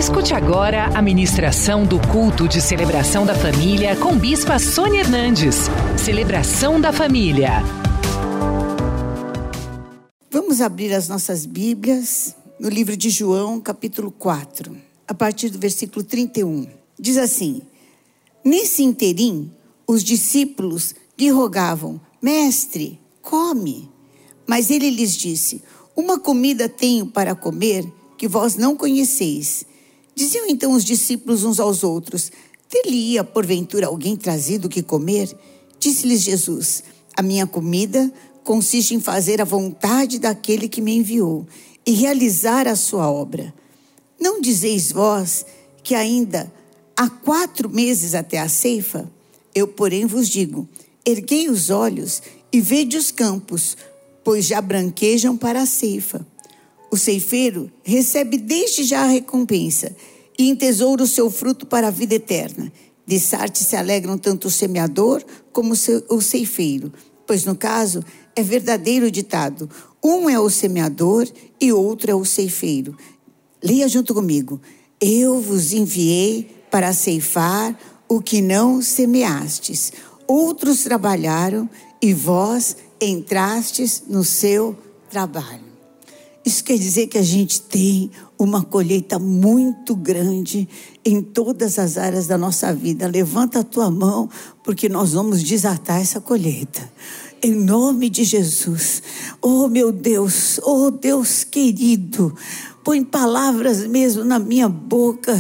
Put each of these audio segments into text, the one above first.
Escute agora a ministração do culto de celebração da família com Bispa Sônia Hernandes. Celebração da família. Vamos abrir as nossas Bíblias no livro de João, capítulo 4, a partir do versículo 31. Diz assim: nesse interim, os discípulos lhe rogavam: Mestre, come. Mas ele lhes disse: uma comida tenho para comer que vós não conheceis. Diziam então os discípulos uns aos outros: ter-lhe-ia porventura alguém trazido o que comer? Disse-lhes Jesus: a minha comida consiste em fazer a vontade daquele que me enviou e realizar a sua obra. Não dizeis vós que ainda há 4 meses até a ceifa? Eu, porém, vos digo: erguei os olhos e vede os campos, pois já branquejam para a ceifa. O ceifeiro recebe desde já a recompensa e entesoura o seu fruto para a vida eterna. De sorte se alegram tanto o semeador como o ceifeiro, pois no caso é verdadeiro o ditado: um é o semeador e outro é o ceifeiro. Leia junto comigo: eu vos enviei para ceifar o que não semeastes. Outros trabalharam e vós entrastes no seu trabalho. Isso quer dizer que a gente tem uma colheita muito grande em todas as áreas da nossa vida. Levanta a tua mão, porque nós vamos desatar essa colheita. Em nome de Jesus. Oh, meu Deus, oh, Deus querido, põe palavras mesmo na minha boca,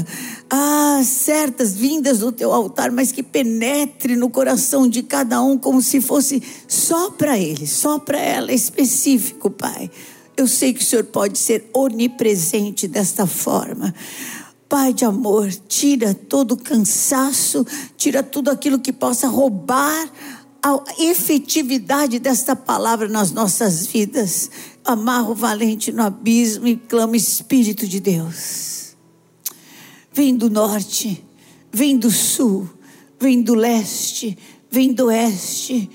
certas vindas do teu altar, mas que penetre no coração de cada um, como se fosse só para ele, só para ela, específico, Pai. Eu sei que o Senhor pode ser onipresente desta forma. Pai de amor, tira todo o cansaço, tira tudo aquilo que possa roubar a efetividade desta palavra nas nossas vidas. Amarro o valente no abismo e clamo: Espírito de Deus. Vem do norte, vem do sul, vem do leste, vem do oeste.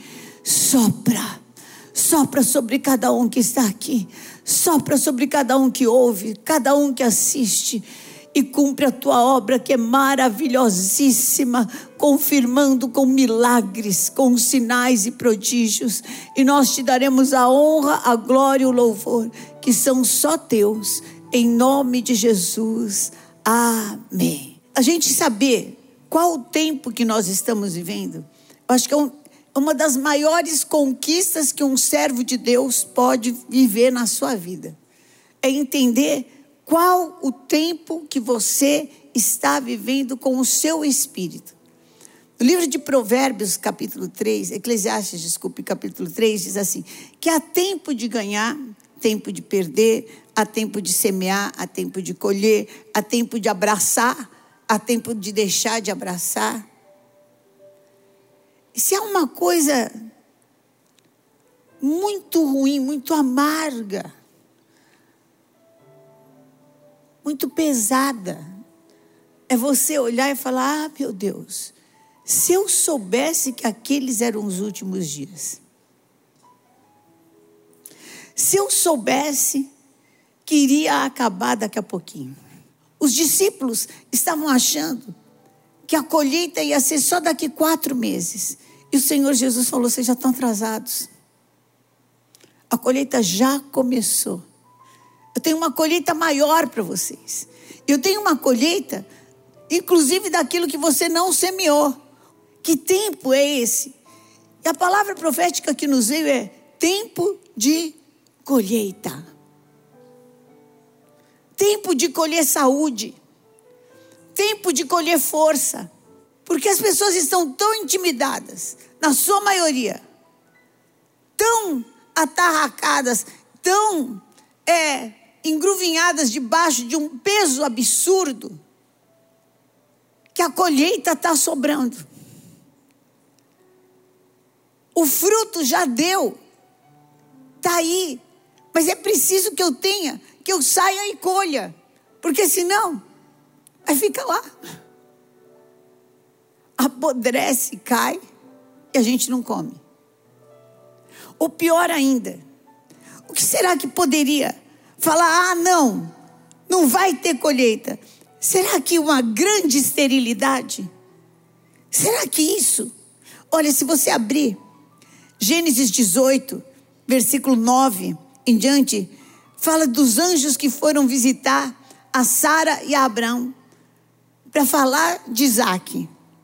Sopra sobre cada um que está aqui. Sopra sobre cada um que ouve, cada um que assiste. E cumpre a tua obra, que é maravilhosíssima, confirmando com milagres, com sinais e prodígios. E nós te daremos a honra, a glória e o louvor, que são só teus, em nome de Jesus. Amém. A gente saber qual o tempo que nós estamos vivendo, eu acho que é uma das maiores conquistas que um servo de Deus pode viver na sua vida. É entender qual o tempo que você está vivendo com o seu espírito. No livro de Provérbios, capítulo 3, Eclesiastes, capítulo 3, diz assim: que há tempo de ganhar, tempo de perder, há tempo de semear, há tempo de colher, há tempo de abraçar, há tempo de deixar de abraçar. E se há uma coisa muito ruim, muito amarga, muito pesada, é você olhar e falar: meu Deus, se eu soubesse que aqueles eram os últimos dias, se eu soubesse que iria acabar daqui a pouquinho. Os discípulos estavam achando que a colheita ia ser só daqui 4 meses. E o Senhor Jesus falou: vocês já estão atrasados. A colheita já começou. Eu tenho uma colheita maior para vocês. Eu tenho uma colheita, inclusive daquilo que você não semeou. Que tempo é esse? E a palavra profética que nos veio é tempo de colheita. Tempo de colher saúde. Tempo de colher força. Porque as pessoas estão tão intimidadas, na sua maioria, tão atarracadas, tão engruvinhadas debaixo de um peso absurdo, que a colheita está sobrando. O fruto já deu, está aí, mas é preciso que eu saia e colha, porque senão vai ficar lá. Apodrece, cai e a gente não come. Ou pior ainda, o que será que poderia falar: não vai ter colheita? Será que uma grande esterilidade? Será que isso? Olha, se você abrir Gênesis 18, versículo 9 em diante, fala dos anjos que foram visitar a Sara e a Abraão para falar de Isaque.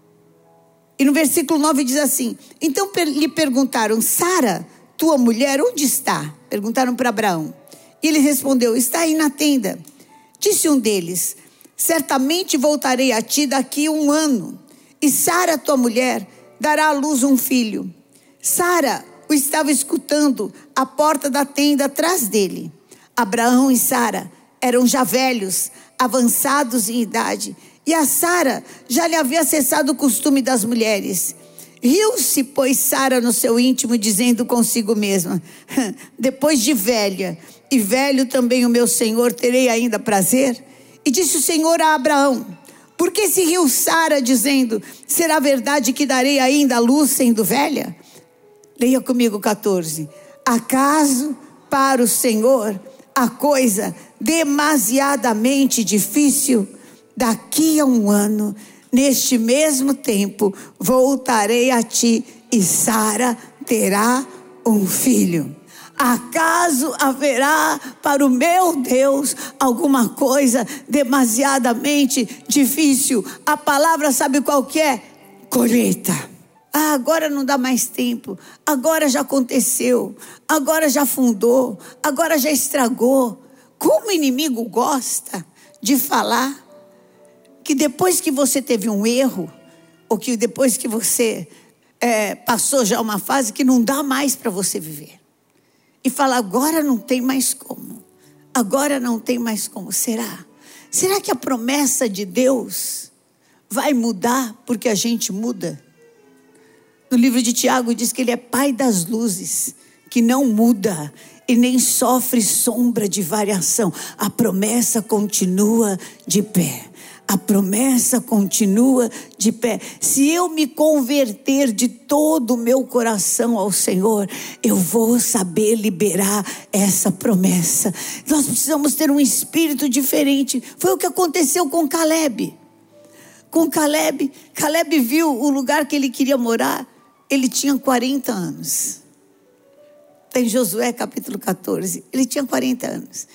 E no versículo 9 diz assim: então lhe perguntaram: Sara, tua mulher, onde está? Perguntaram para Abraão. E ele respondeu: está aí na tenda. Disse um deles: certamente voltarei a ti daqui 1 ano, e Sara, tua mulher, dará à luz um filho. Sara o estava escutando à porta da tenda atrás dele. Abraão e Sara eram já velhos, avançados em idade, e a Sara já lhe havia cessado o costume das mulheres. Riu-se, pois, Sara no seu íntimo, dizendo consigo mesma: depois de velha, e velho também o meu senhor, terei ainda prazer? E disse o Senhor a Abraão: por que se riu Sara, dizendo: será verdade que darei ainda a luz sendo velha? Leia comigo 14. Acaso para o Senhor a coisa demasiadamente difícil? Daqui a 1 ano, neste mesmo tempo, voltarei a ti, e Sara terá um filho. Acaso haverá para o meu Deus alguma coisa demasiadamente difícil? A palavra sabe qual que é? Colheita. Agora não dá mais tempo, agora já aconteceu, agora já afundou, agora já estragou. Como o inimigo gosta de falar que depois que você teve um erro, ou que depois que você passou já uma fase que não dá mais para você viver. E fala: agora não tem mais como. Agora não tem mais como. Será? Será que a promessa de Deus vai mudar porque a gente muda? No livro de Tiago diz que ele é pai das luzes, que não muda e nem sofre sombra de variação. A promessa continua de pé. A promessa continua de pé. Se eu me converter de todo o meu coração ao Senhor, eu vou saber liberar essa promessa. Nós precisamos ter um espírito diferente. Foi o que aconteceu com Caleb. Com Caleb viu o lugar que ele queria morar. Ele tinha 40 anos. Está em Josué capítulo 14. Ele tinha 40 anos.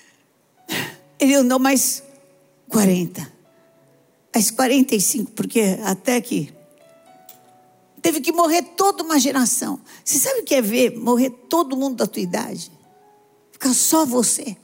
Ele andou mais 40. Mais 45, porque até que teve que morrer toda uma geração. Você sabe o que é ver morrer todo mundo da tua idade? Ficar só você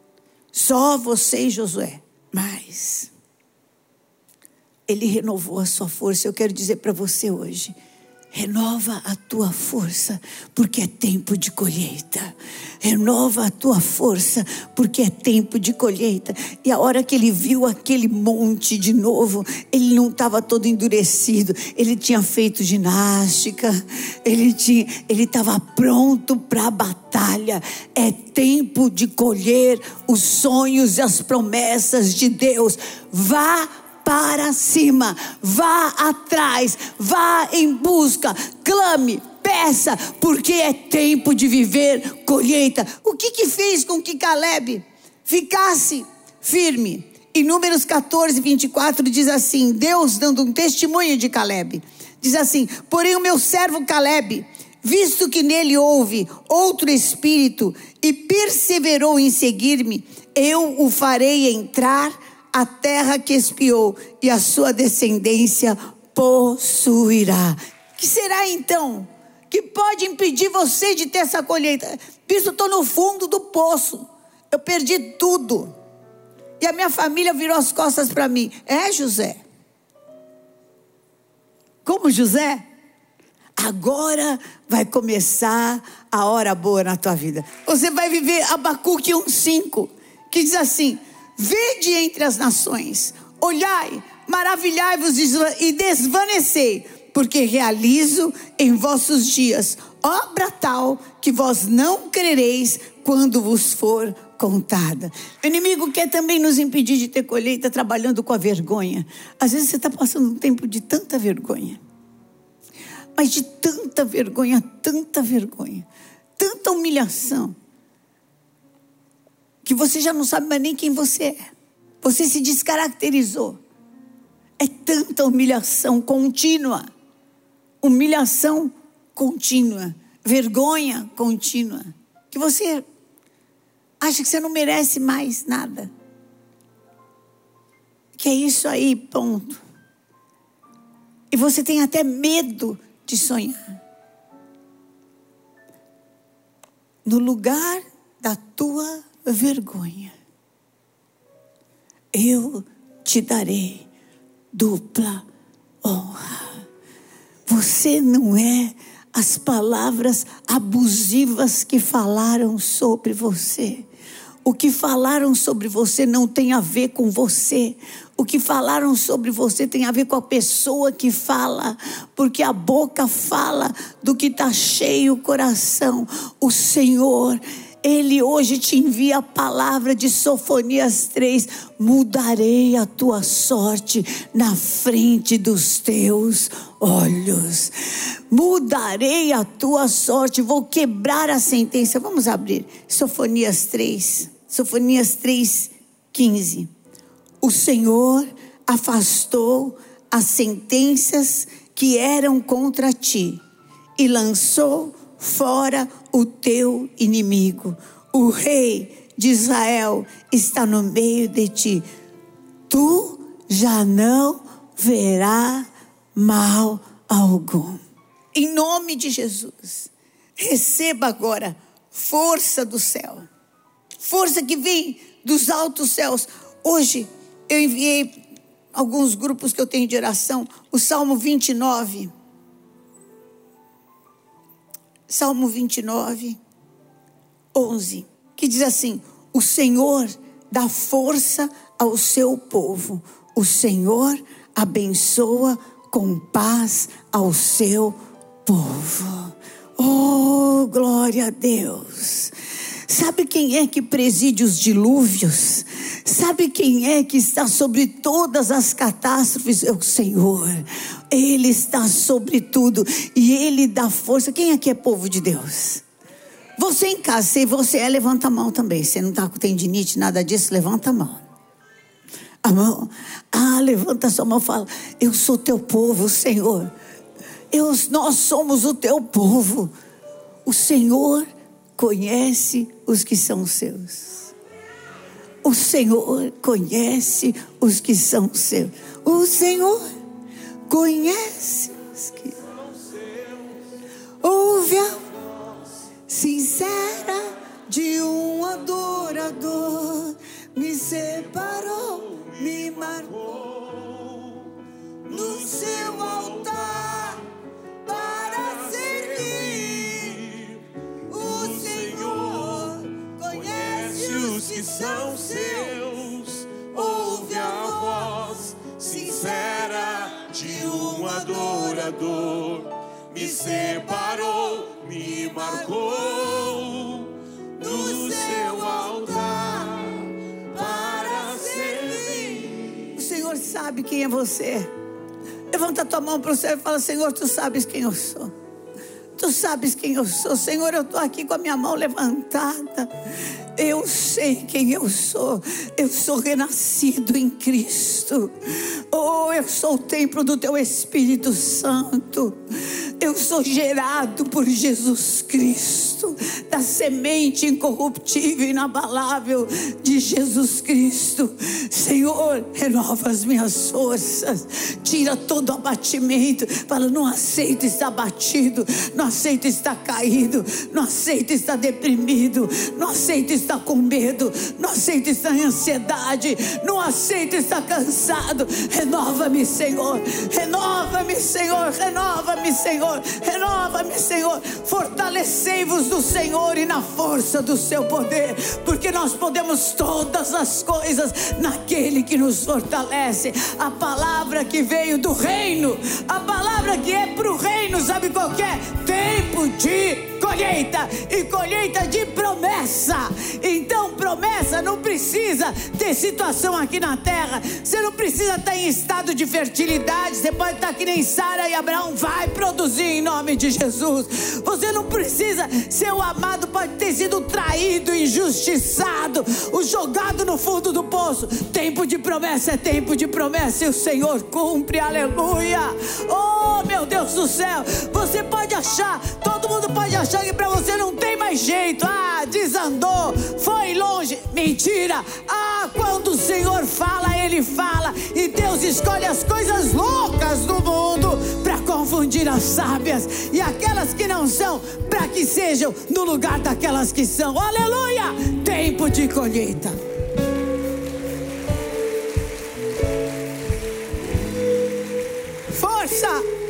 e Josué. Mas ele renovou a sua força. Eu quero dizer para você hoje: renova a tua força, porque é tempo de colheita. Renova a tua força, porque é tempo de colheita. E a hora que ele viu aquele monte de novo, ele não estava todo endurecido. Ele tinha feito ginástica. Ele estava pronto para a batalha. É tempo de colher os sonhos e as promessas de Deus. Vá para cima, vá atrás, vá em busca, clame, peça, porque é tempo de viver colheita. O que fez com que Caleb ficasse firme? Em Números 14, 24 diz assim, Deus dando um testemunho de Caleb, diz assim: porém o meu servo Caleb, visto que nele houve outro espírito e perseverou em seguir-me, eu o farei entrar a terra que espiou, e a sua descendência possuirá. Que será então que pode impedir você de ter essa colheita? Bispo, eu estou no fundo do poço, eu perdi tudo, e a minha família virou as costas para mim. É, José? Como José? Agora vai começar a hora boa na tua vida. Você vai viver Abacuque 1:5, que diz assim: vede entre as nações, olhai, maravilhai-vos e desvanecei, porque realizo em vossos dias obra tal que vós não crereis quando vos for contada. O inimigo quer também nos impedir de ter colheita trabalhando com a vergonha. Às vezes você está passando um tempo de tanta vergonha, mas de tanta vergonha, tanta humilhação, que você já não sabe mais nem quem você é. Você se descaracterizou. É tanta humilhação contínua. Humilhação contínua. Vergonha contínua. Que você acha que você não merece mais nada. Que é isso aí, ponto. E você tem até medo de sonhar. No lugar da tua vergonha, eu te darei dupla honra. Você não é as palavras abusivas que falaram sobre você. O que falaram sobre você não tem a ver com você. O que falaram sobre você tem a ver com a pessoa que fala. Porque a boca fala do que está cheio o coração. O Senhor, Ele hoje te envia a palavra de Sofonias 3. Mudarei a tua sorte na frente dos teus olhos. Mudarei a tua sorte. Vou quebrar a sentença. Vamos abrir Sofonias 3. Sofonias 3:15. O Senhor afastou as sentenças que eram contra ti e lançou fora o teu inimigo. O rei de Israel está no meio de ti. Tu já não verás mal algum. Em nome de Jesus, receba agora força do céu. Força que vem dos altos céus. Hoje eu enviei alguns grupos que eu tenho de oração. O Salmo 29. Salmo 29, 11. Que diz assim: o Senhor dá força ao seu povo. O Senhor abençoa com paz ao seu povo. Oh, glória a Deus. Sabe quem é que preside os dilúvios? Sabe quem é que está sobre todas as catástrofes? É o Senhor. Ele está sobre tudo e Ele dá força. Quem aqui é povo de Deus? Você em casa, se você é, levanta a mão também. Você não está com tendinite, nada disso, levanta a mão. A mão, levanta a sua mão e fala: eu sou teu povo, Senhor. Nós somos o teu povo. O Senhor conhece os que são seus. O Senhor conhece os que são seus. O Senhor conhece os que são seus. Ouve a voz sincera de um adorador. Me separou, me marcou no seu altar para servir. O Senhor conhece os que são seus. Ouve a voz sincera de um adorador. Me separou, me marcou no seu altar para servir. O Senhor sabe quem é você. Levanta a tua mão para o céu e fala: Senhor, tu sabes quem eu sou. Tu sabes quem eu sou. Senhor, eu estou aqui com a minha mão levantada. Eu sei quem eu sou. Eu sou renascido em Cristo. Oh, eu sou o templo do teu Espírito Santo. Eu sou gerado por Jesus Cristo, da semente incorruptível e inabalável de Jesus Cristo. Senhor, renova as minhas forças. Tira todo abatimento. Fala: não aceito estar abatido. Não aceito estar caído. Não aceito estar deprimido. Não aceito estar com medo. Não aceito estar em ansiedade. Não aceito estar cansado. Renova-me, Senhor. Renova-me, Senhor. Renova-me, Senhor. Renova-me, Senhor. Fortalecei-vos do Senhor e na força do seu poder, porque nós podemos todas as coisas naquele que nos fortalece. A palavra que veio do reino, a palavra que é para o reino, sabe qual que é? Tempo de colheita, e colheita de promessa. Então promessa não precisa ter situação aqui na terra. Você não precisa estar em estado de fertilidade. Você pode estar que nem Sara e Abraão, vai produzir em nome de Jesus. Você não precisa, seu amado pode ter sido traído, injustiçado, o jogado no fundo do poço. Tempo de promessa é tempo de promessa, e o Senhor cumpre, aleluia. Oh, meu Deus do céu, você pode achar, todo mundo pode achar que para você não tem mais jeito. Desandou, foi longe, mentira. Quando o Senhor fala, Ele fala, e Deus escolhe as coisas loucas do mundo para confundir as sábias, e aquelas que não são, para que sejam no lugar daquelas que são, aleluia. Tempo de colheita. Força,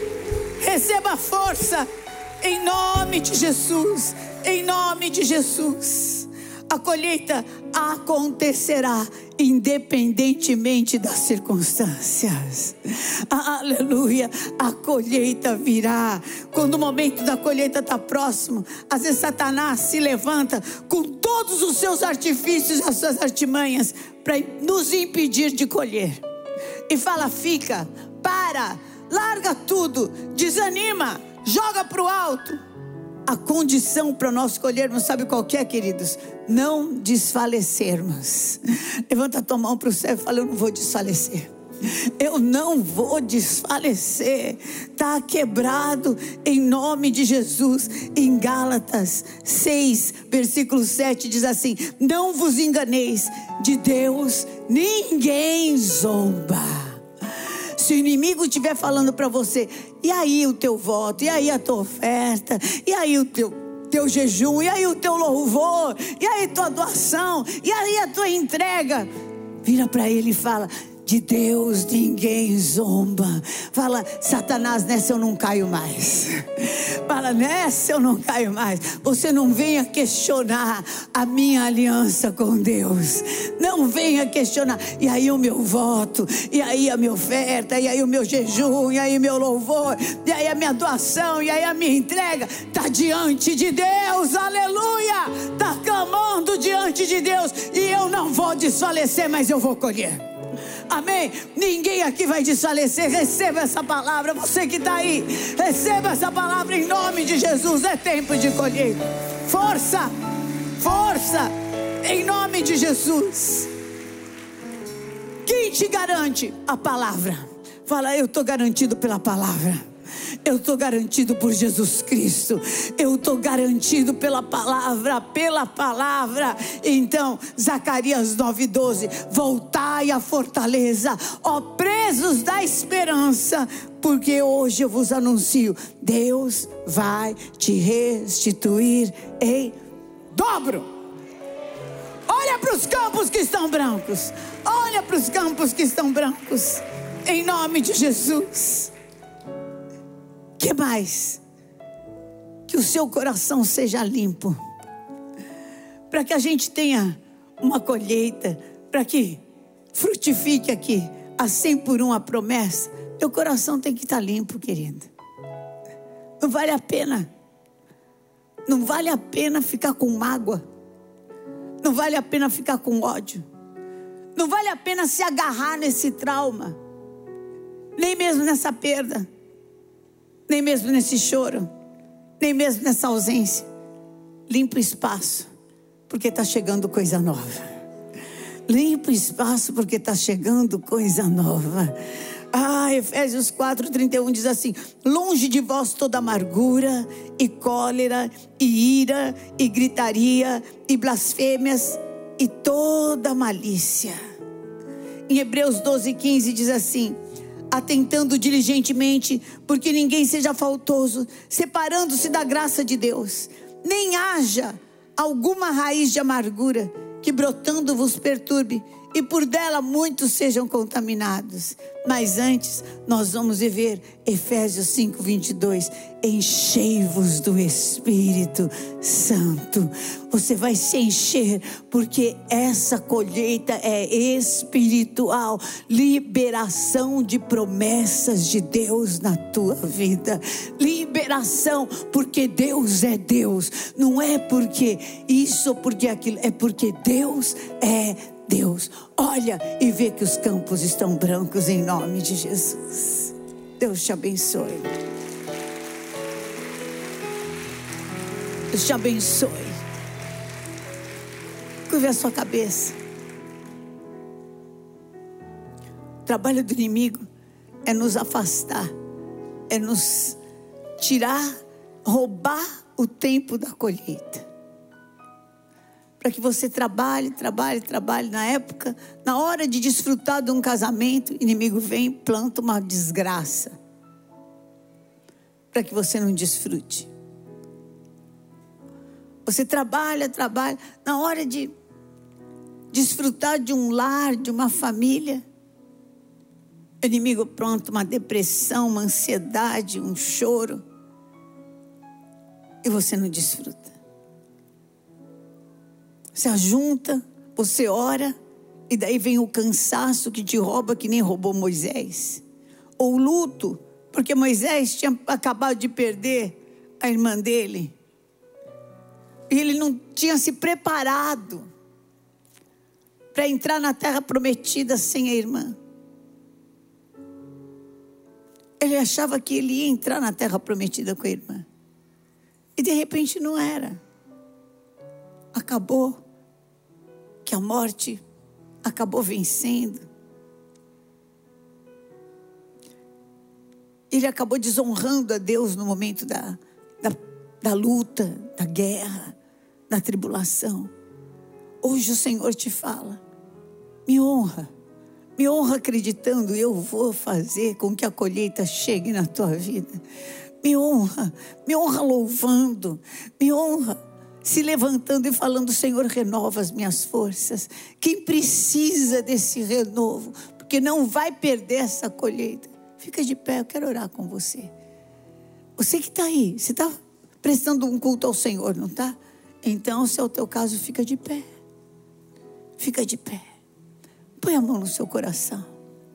receba força, em nome de Jesus, em nome de Jesus. A colheita acontecerá independentemente das circunstâncias, aleluia. A colheita virá. Quando o momento da colheita está próximo, às vezes Satanás se levanta com todos os seus artifícios, as suas artimanhas, para nos impedir de colher, e fala: fica, para, larga tudo, desanima, joga para o alto. A condição para nós colhermos, sabe qual que é, queridos? Não desfalecermos. Levanta a tua mão para o céu e fala: eu não vou desfalecer. Eu não vou desfalecer. Está quebrado em nome de Jesus. Em Gálatas 6, versículo 7 diz assim: não vos enganeis, de Deus ninguém zomba. Se o inimigo estiver falando para você: e aí o teu voto, e aí a tua oferta, e aí o teu jejum, e aí o teu louvor, e aí tua doação, e aí a tua entrega, vira para ele e fala: de Deus ninguém zomba. Fala: Satanás, nessa eu não caio mais. Fala: nessa eu não caio mais. Você não venha questionar a minha aliança com Deus. Não venha questionar. E aí o meu voto, e aí a minha oferta, e aí o meu jejum, e aí meu louvor, e aí a minha doação, e aí a minha entrega, está diante de Deus, aleluia. Está clamando diante de Deus. E eu não vou desfalecer, mas eu vou colher. Amém? Ninguém aqui vai desfalecer. Receba essa palavra. Você que está aí, receba essa palavra em nome de Jesus. É tempo de colheita. Força, força, em nome de Jesus. Quem te garante? A palavra. Fala: eu estou garantido pela palavra. Eu estou garantido por Jesus Cristo. Eu estou garantido pela palavra, pela palavra. Então, Zacarias 9:12: voltai à fortaleza, ó presos da esperança, porque hoje eu vos anuncio: Deus vai te restituir em dobro. Olha para os campos que estão brancos. Olha para os campos que estão brancos, em nome de Jesus. Que mais? Que o seu coração seja limpo, para que a gente tenha uma colheita, para que frutifique aqui a 100 por 1 a promessa. Teu coração tem que estar limpo, querido. Não vale a pena. Não vale a pena ficar com mágoa. Não vale a pena ficar com ódio. Não vale a pena se agarrar nesse trauma, nem mesmo nessa perda, nem mesmo nesse choro, nem mesmo nessa ausência. Limpa o espaço, porque está chegando coisa nova. Limpa o espaço, porque está chegando coisa nova. Efésios 4:31 diz assim: longe de vós toda amargura e cólera e ira e gritaria e blasfêmias e toda malícia. Em Hebreus 12:15 diz assim: atentando diligentemente, porque ninguém seja faltoso, separando-se da graça de Deus, nem haja alguma raiz de amargura que brotando vos perturbe, e por dela muitos sejam contaminados. Mas antes, nós vamos viver Efésios 5:22. Enchei-vos do Espírito Santo. Você vai se encher, porque essa colheita é espiritual. Liberação de promessas de Deus na tua vida. Liberação, porque Deus é Deus. Não é porque isso ou porque aquilo, é porque Deus é Deus. Olha e vê que os campos estão brancos em nome de Jesus. Deus te abençoe. Deus te abençoe. Curva a sua cabeça. O trabalho do inimigo é nos afastar, é nos tirar, roubar o tempo da colheita. Para que você trabalhe. Na época, na hora de desfrutar de um casamento, o inimigo vem e planta uma desgraça. Para que você não desfrute. Você trabalha. Na hora de desfrutar de um lar, de uma família, o inimigo planta uma depressão, uma ansiedade, um choro. E você não desfruta. Você ajunta, você ora, e daí vem o cansaço que te rouba, que nem roubou Moisés. Ou o luto, porque Moisés tinha acabado de perder a irmã dele. E ele não tinha se preparado para entrar na terra prometida sem a irmã. Ele achava que ele ia entrar na terra prometida com a irmã. E de repente não era. Acabou. Que a morte acabou vencendo. Ele acabou desonrando a Deus no momento da luta, da guerra, da tribulação. Hoje o Senhor te fala: me honra acreditando, eu vou fazer com que a colheita chegue na tua vida. Me honra louvando, me honra se levantando e falando: Senhor, renova as minhas forças. Quem precisa desse renovo, porque não vai perder essa colheita, fica de pé, eu quero orar com você. Você que está aí, você está prestando um culto ao Senhor, não está? Então, se é o teu caso, fica de pé. Fica de pé. Põe a mão no seu coração.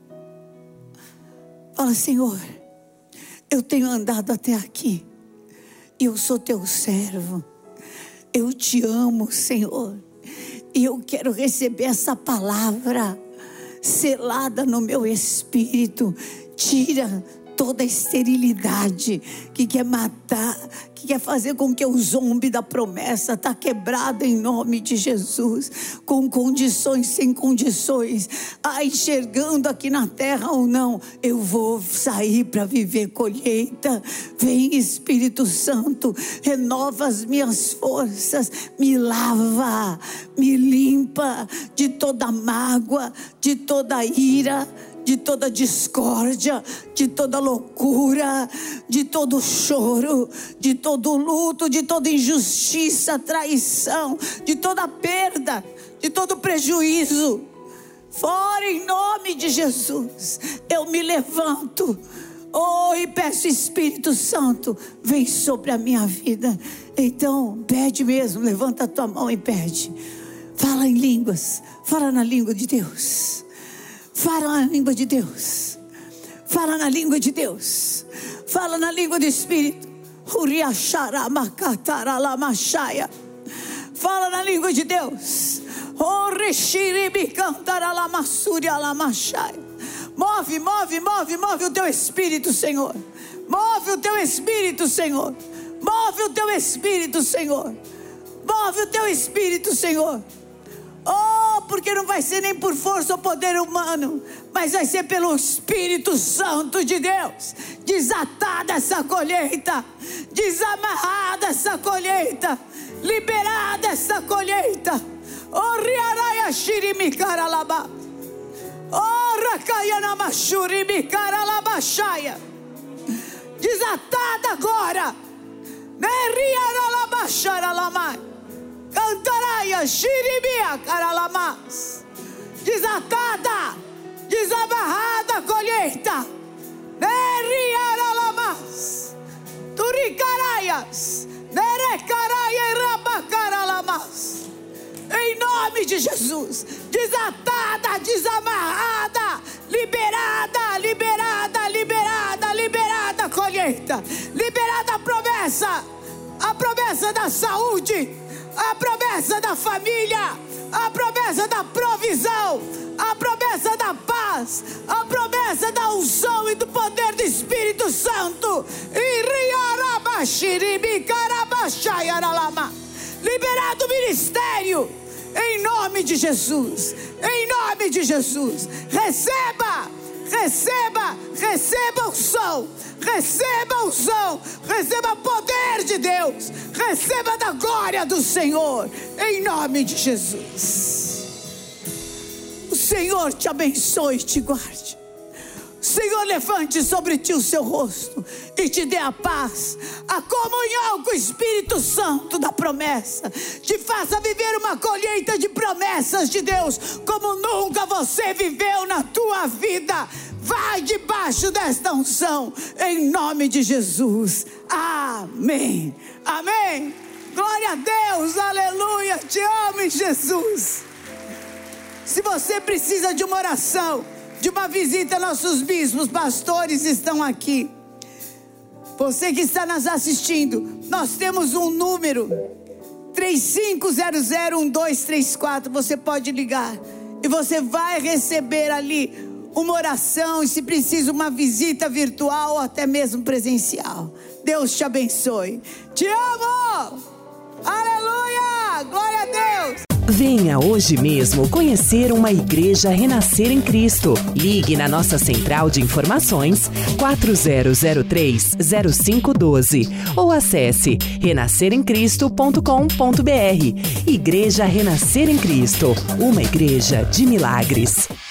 Fala: Senhor, eu tenho andado até aqui, e eu sou teu servo. Eu te amo, Senhor, e eu quero receber essa palavra selada no meu espírito. Tira toda a esterilidade que quer matar, que quer fazer com que eu zombe da promessa. Está quebrado em nome de Jesus, com condições, sem condições, enxergando aqui na terra ou não, eu vou sair para viver colheita. Vem, Espírito Santo, renova as minhas forças, me lava, me limpa de toda mágoa, de toda ira, de toda discórdia, de toda loucura, de todo choro, de todo luto, de toda injustiça, traição, de toda perda, de todo prejuízo. Fora em nome de Jesus. Eu me levanto, e peço: Espírito Santo, vem sobre a minha vida. Então pede mesmo, levanta a tua mão e pede. Fala em línguas, fala na língua de Deus. Fala na língua de Deus. Fala na língua de Deus. Fala na língua do Espírito. Fala na língua de Deus. Move o teu Espírito, Senhor. Move o teu Espírito, Senhor. Move o teu Espírito, Senhor. Move o teu Espírito, Senhor. Porque não vai ser nem por força ou poder humano, mas vai ser pelo Espírito Santo de Deus. Desatada essa colheita, desamarrada essa colheita, liberada essa colheita. Riaraia shirimicara laba, rakayana mashurimicara labaxaia. Desatada agora. Riara labaxara lamai. Cantaraia, xiribia, caralamas. desatada, desamarrada a colheita. Neriaralamas, turicaraias, nerecaraia e rabacaralamas. Em nome de Jesus, desatada, desamarrada, liberada, liberada, liberada, liberada a colheita, liberada a promessa da saúde, a promessa da família, a promessa da provisão, a promessa da paz, a promessa da unção e do poder do Espírito Santo. Liberado o ministério, em nome de Jesus, em nome de Jesus. Receba, receba, receba unção, receba unção, receba poder de Deus, receba da glória do Senhor, em nome de Jesus. O Senhor te abençoe e te guarde. O Senhor levante sobre ti o seu rosto e te dê a paz, a comunhão com o Espírito Santo da promessa. Te faça viver uma colheita de promessas de Deus como nunca você viveu na tua vida. Vai debaixo desta unção, em nome de Jesus. Amém. Amém. Glória a Deus, aleluia. Te amo, Jesus. Se você precisa de uma oração, de uma visita, nossos bispos, pastores estão aqui. Você que está nos assistindo, nós temos um número 3500-1234. Você pode ligar e você vai receber ali uma oração, e se precisa uma visita virtual ou até mesmo presencial. Deus te abençoe. Te amo. Aleluia. Glória a Deus. Venha hoje mesmo conhecer uma igreja Renascer em Cristo. Ligue na nossa central de informações 4003-0512 ou acesse renasceremcristo.com.br. Igreja Renascer em Cristo, uma igreja de milagres.